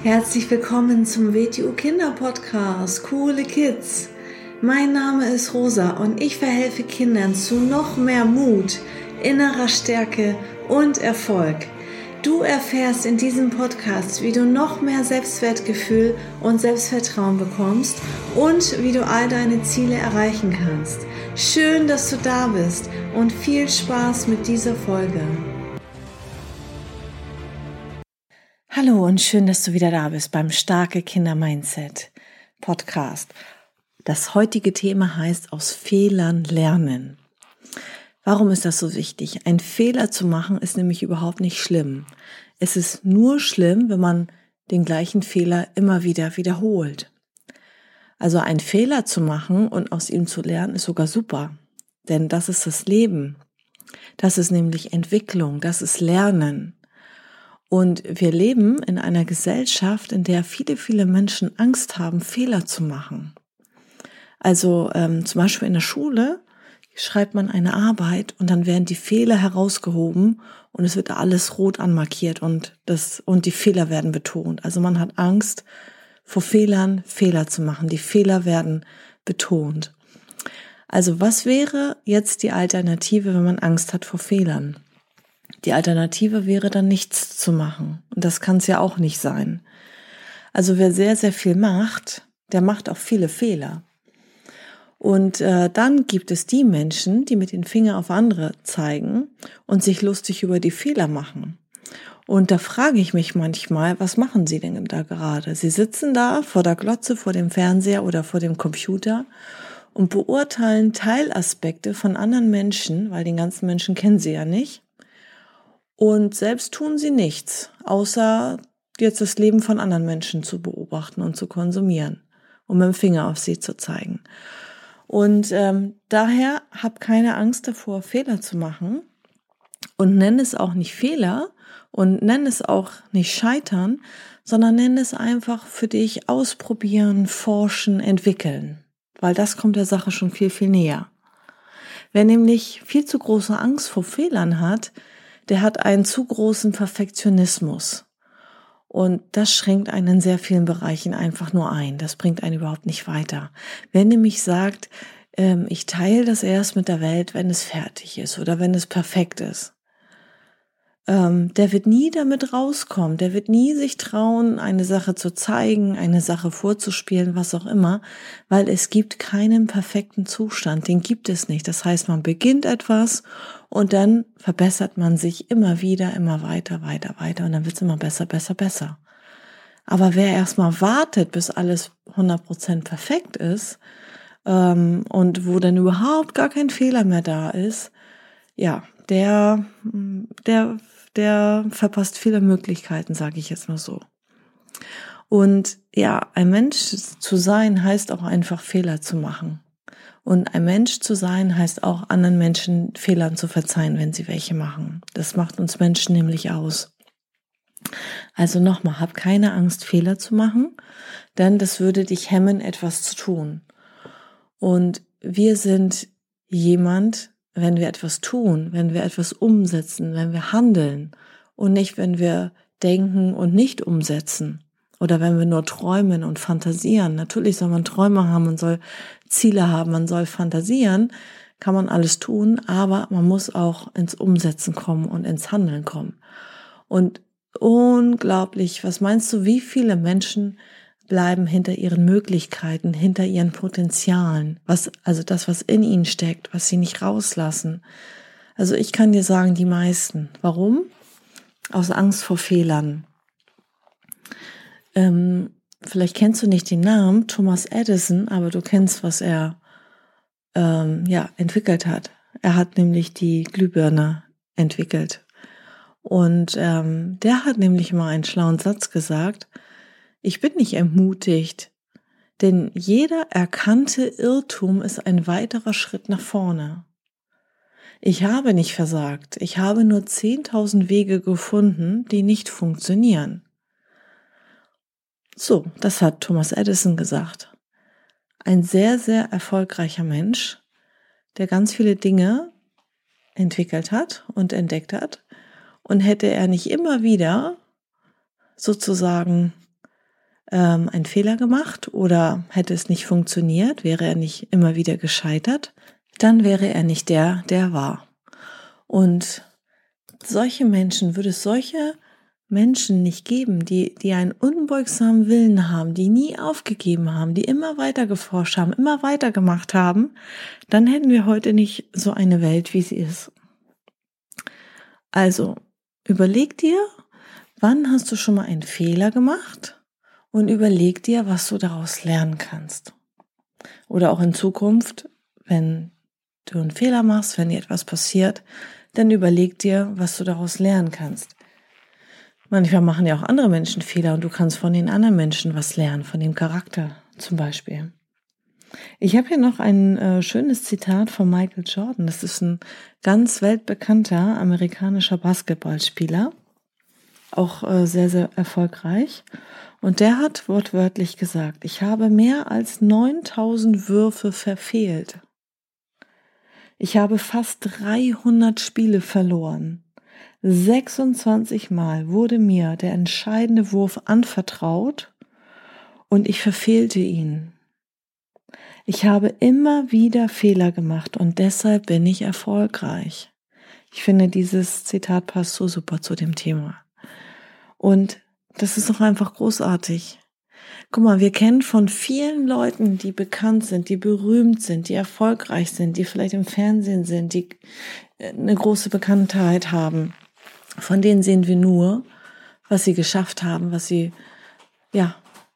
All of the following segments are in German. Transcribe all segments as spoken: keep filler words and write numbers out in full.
Herzlich willkommen zum W T U Kinder Podcast, Coole Kids. Mein Name ist Rosa und ich verhelfe Kindern zu noch mehr Mut, innerer Stärke und Erfolg. Du erfährst in diesem Podcast, wie du noch mehr Selbstwertgefühl und Selbstvertrauen bekommst und wie du all deine Ziele erreichen kannst. Schön, dass du da bist und viel Spaß mit dieser Folge. Hallo und schön, dass du wieder da bist beim Starke Kinder Mindset Podcast. Das heutige Thema heißt aus Fehlern lernen. Warum ist das so wichtig? Ein Fehler zu machen ist nämlich überhaupt nicht schlimm. Es ist nur schlimm, wenn man den gleichen Fehler immer wieder wiederholt. Also einen Fehler zu machen und aus ihm zu lernen ist sogar super, denn das ist das Leben. Das ist nämlich Entwicklung, das ist Lernen. Und wir leben in einer Gesellschaft, in der viele, viele Menschen Angst haben, Fehler zu machen. Also ähm, zum Beispiel in der Schule schreibt man eine Arbeit und dann werden die Fehler herausgehoben und es wird alles rot anmarkiert und das und die Fehler werden betont. Also man hat Angst vor Fehlern, Fehler zu machen. Die Fehler werden betont. Also was wäre jetzt die Alternative, wenn man Angst hat vor Fehlern? Die Alternative wäre dann nichts zu machen. Und das kann es ja auch nicht sein. Also wer sehr, sehr viel macht, der macht auch viele Fehler. Und äh, dann gibt es die Menschen, die mit den Fingern auf andere zeigen und sich lustig über die Fehler machen. Und da frage ich mich manchmal, was machen sie denn da gerade? Sie sitzen da vor der Glotze, vor dem Fernseher oder vor dem Computer und beurteilen Teilaspekte von anderen Menschen, weil den ganzen Menschen kennen sie ja nicht. Und selbst tun sie nichts, außer jetzt das Leben von anderen Menschen zu beobachten und zu konsumieren, um mit dem Finger auf sie zu zeigen. Und ähm, daher hab keine Angst davor, Fehler zu machen und nenn es auch nicht Fehler und nenn es auch nicht Scheitern, sondern nenn es einfach für dich ausprobieren, forschen, entwickeln, weil das kommt der Sache schon viel, viel näher. Wer nämlich viel zu große Angst vor Fehlern hat, der hat einen zu großen Perfektionismus. Und das schränkt einen in sehr vielen Bereichen einfach nur ein. Das bringt einen überhaupt nicht weiter. Wer nämlich sagt, ähm, ich teile das erst mit der Welt, wenn es fertig ist oder wenn es perfekt ist, ähm, der wird nie damit rauskommen. Der wird nie sich trauen, eine Sache zu zeigen, eine Sache vorzuspielen, was auch immer, weil es gibt keinen perfekten Zustand. Den gibt es nicht. Das heißt, man beginnt etwas und dann verbessert man sich immer wieder, immer weiter, weiter, weiter und dann wird es immer besser, besser, besser. Aber wer erstmal wartet, bis alles hundert Prozent perfekt ist ähm, und wo dann überhaupt gar kein Fehler mehr da ist, ja, der, der, der verpasst viele Möglichkeiten, sage ich jetzt mal so. Und ja, ein Mensch zu sein heißt auch einfach Fehler zu machen. Und ein Mensch zu sein heißt auch anderen Menschen Fehlern zu verzeihen, wenn sie welche machen. Das macht uns Menschen nämlich aus. Also nochmal, hab keine Angst, Fehler zu machen, denn das würde dich hemmen, etwas zu tun. Und wir sind jemand, wenn wir etwas tun, wenn wir etwas umsetzen, wenn wir handeln und nicht, wenn wir denken und nicht umsetzen. Oder wenn wir nur träumen und fantasieren. Natürlich soll man Träume haben, man soll Ziele haben, man soll fantasieren, kann man alles tun, aber man muss auch ins Umsetzen kommen und ins Handeln kommen. Und unglaublich, was meinst du, wie viele Menschen bleiben hinter ihren Möglichkeiten, hinter ihren Potenzialen, was, also das, was in ihnen steckt, was sie nicht rauslassen. Also ich kann dir sagen, die meisten. Warum? Aus Angst vor Fehlern. Ähm, vielleicht kennst du nicht den Namen Thomas Edison, aber du kennst, was er ähm, ja entwickelt hat. Er hat nämlich die Glühbirne entwickelt. Und ähm, der hat nämlich mal einen schlauen Satz gesagt: Ich bin nicht ermutigt, denn jeder erkannte Irrtum ist ein weiterer Schritt nach vorne. Ich habe nicht versagt, ich habe nur zehntausend Wege gefunden, die nicht funktionieren. So, das hat Thomas Edison gesagt. Ein sehr, sehr erfolgreicher Mensch, der ganz viele Dinge entwickelt hat und entdeckt hat. Und hätte er nicht immer wieder sozusagen ähm, einen Fehler gemacht oder hätte es nicht funktioniert, wäre er nicht immer wieder gescheitert, dann wäre er nicht der, der er war. Und solche Menschen, würde es solche Menschen nicht geben, die, die einen unbeugsamen Willen haben, die nie aufgegeben haben, die immer weiter geforscht haben, immer weiter gemacht haben, dann hätten wir heute nicht so eine Welt, wie sie ist. Also, überleg dir, wann hast du schon mal einen Fehler gemacht und überleg dir, was du daraus lernen kannst. Oder auch in Zukunft, wenn du einen Fehler machst, wenn dir etwas passiert, dann überleg dir, was du daraus lernen kannst. Manchmal machen ja auch andere Menschen Fehler und du kannst von den anderen Menschen was lernen, von dem Charakter zum Beispiel. Ich habe hier noch ein äh, schönes Zitat von Michael Jordan. Das ist ein ganz weltbekannter amerikanischer Basketballspieler, auch äh, sehr, sehr erfolgreich. Und der hat wortwörtlich gesagt, ich habe mehr als neuntausend Würfe verfehlt. Ich habe fast dreihundert Spiele verloren. sechsundzwanzig Mal wurde mir der entscheidende Wurf anvertraut und ich verfehlte ihn. Ich habe immer wieder Fehler gemacht und deshalb bin ich erfolgreich. Ich finde, dieses Zitat passt so super zu dem Thema. Und das ist doch einfach großartig. Guck mal, wir kennen von vielen Leuten, die bekannt sind, die berühmt sind, die erfolgreich sind, die vielleicht im Fernsehen sind, die eine große Bekanntheit haben. Von denen sehen wir nur, was sie geschafft haben, was sie, ja,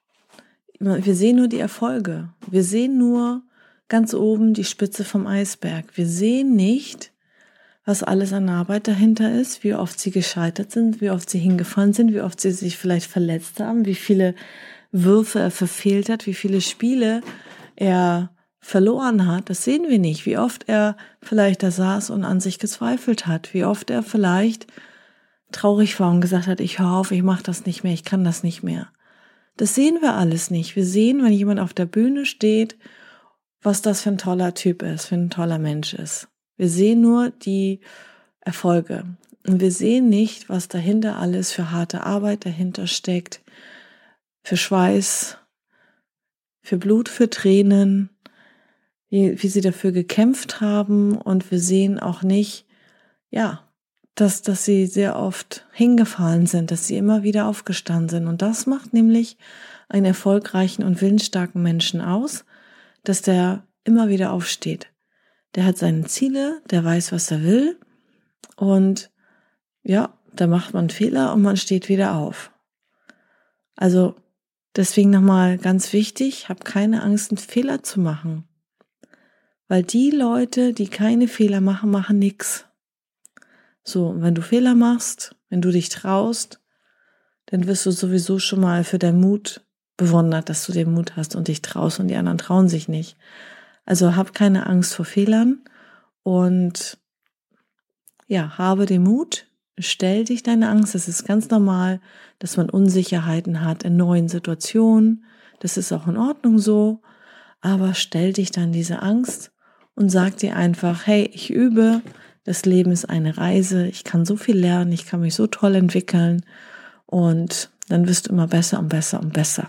wir sehen nur die Erfolge. Wir sehen nur ganz oben die Spitze vom Eisberg. Wir sehen nicht, was alles an Arbeit dahinter ist, wie oft sie gescheitert sind, wie oft sie hingefallen sind, wie oft sie sich vielleicht verletzt haben, wie viele Würfe er verfehlt hat, wie viele Spiele er verloren hat. Das sehen wir nicht. Wie oft er vielleicht da saß und an sich gezweifelt hat, wie oft er vielleicht traurig war und gesagt hat, ich höre auf, ich mache das nicht mehr, ich kann das nicht mehr. Das sehen wir alles nicht. Wir sehen, wenn jemand auf der Bühne steht, was das für ein toller Typ ist, für ein toller Mensch ist. Wir sehen nur die Erfolge. Und wir sehen nicht, was dahinter alles für harte Arbeit dahinter steckt, für Schweiß, für Blut, für Tränen, wie, wie sie dafür gekämpft haben. Und wir sehen auch nicht, ja, dass, dass sie sehr oft hingefallen sind, dass sie immer wieder aufgestanden sind. Und das macht nämlich einen erfolgreichen und willensstarken Menschen aus, dass der immer wieder aufsteht. Der hat seine Ziele, der weiß, was er will. Und ja, da macht man Fehler und man steht wieder auf. Also deswegen nochmal ganz wichtig, hab keine Angst, einen Fehler zu machen. Weil die Leute, die keine Fehler machen, machen nichts. So, und wenn du Fehler machst, wenn du dich traust, dann wirst du sowieso schon mal für deinen Mut bewundert, dass du den Mut hast und dich traust und die anderen trauen sich nicht. Also hab keine Angst vor Fehlern und ja, habe den Mut, stell dich deine Angst. Es ist ganz normal, dass man Unsicherheiten hat in neuen Situationen. Das ist auch in Ordnung so, aber stell dich dann diese Angst und sag dir einfach, hey, ich übe, das Leben ist eine Reise, ich kann so viel lernen, ich kann mich so toll entwickeln und dann wirst du immer besser und besser und besser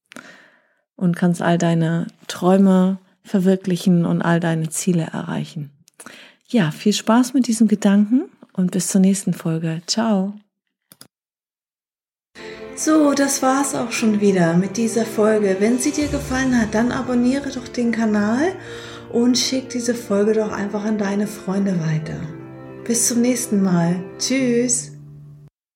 und kannst all deine Träume verwirklichen und all deine Ziele erreichen. Ja, viel Spaß mit diesem Gedanken und bis zur nächsten Folge. Ciao. So, das war's auch schon wieder mit dieser Folge. Wenn sie dir gefallen hat, dann abonniere doch den Kanal und schick diese Folge doch einfach an deine Freunde weiter. Bis zum nächsten Mal. Tschüss.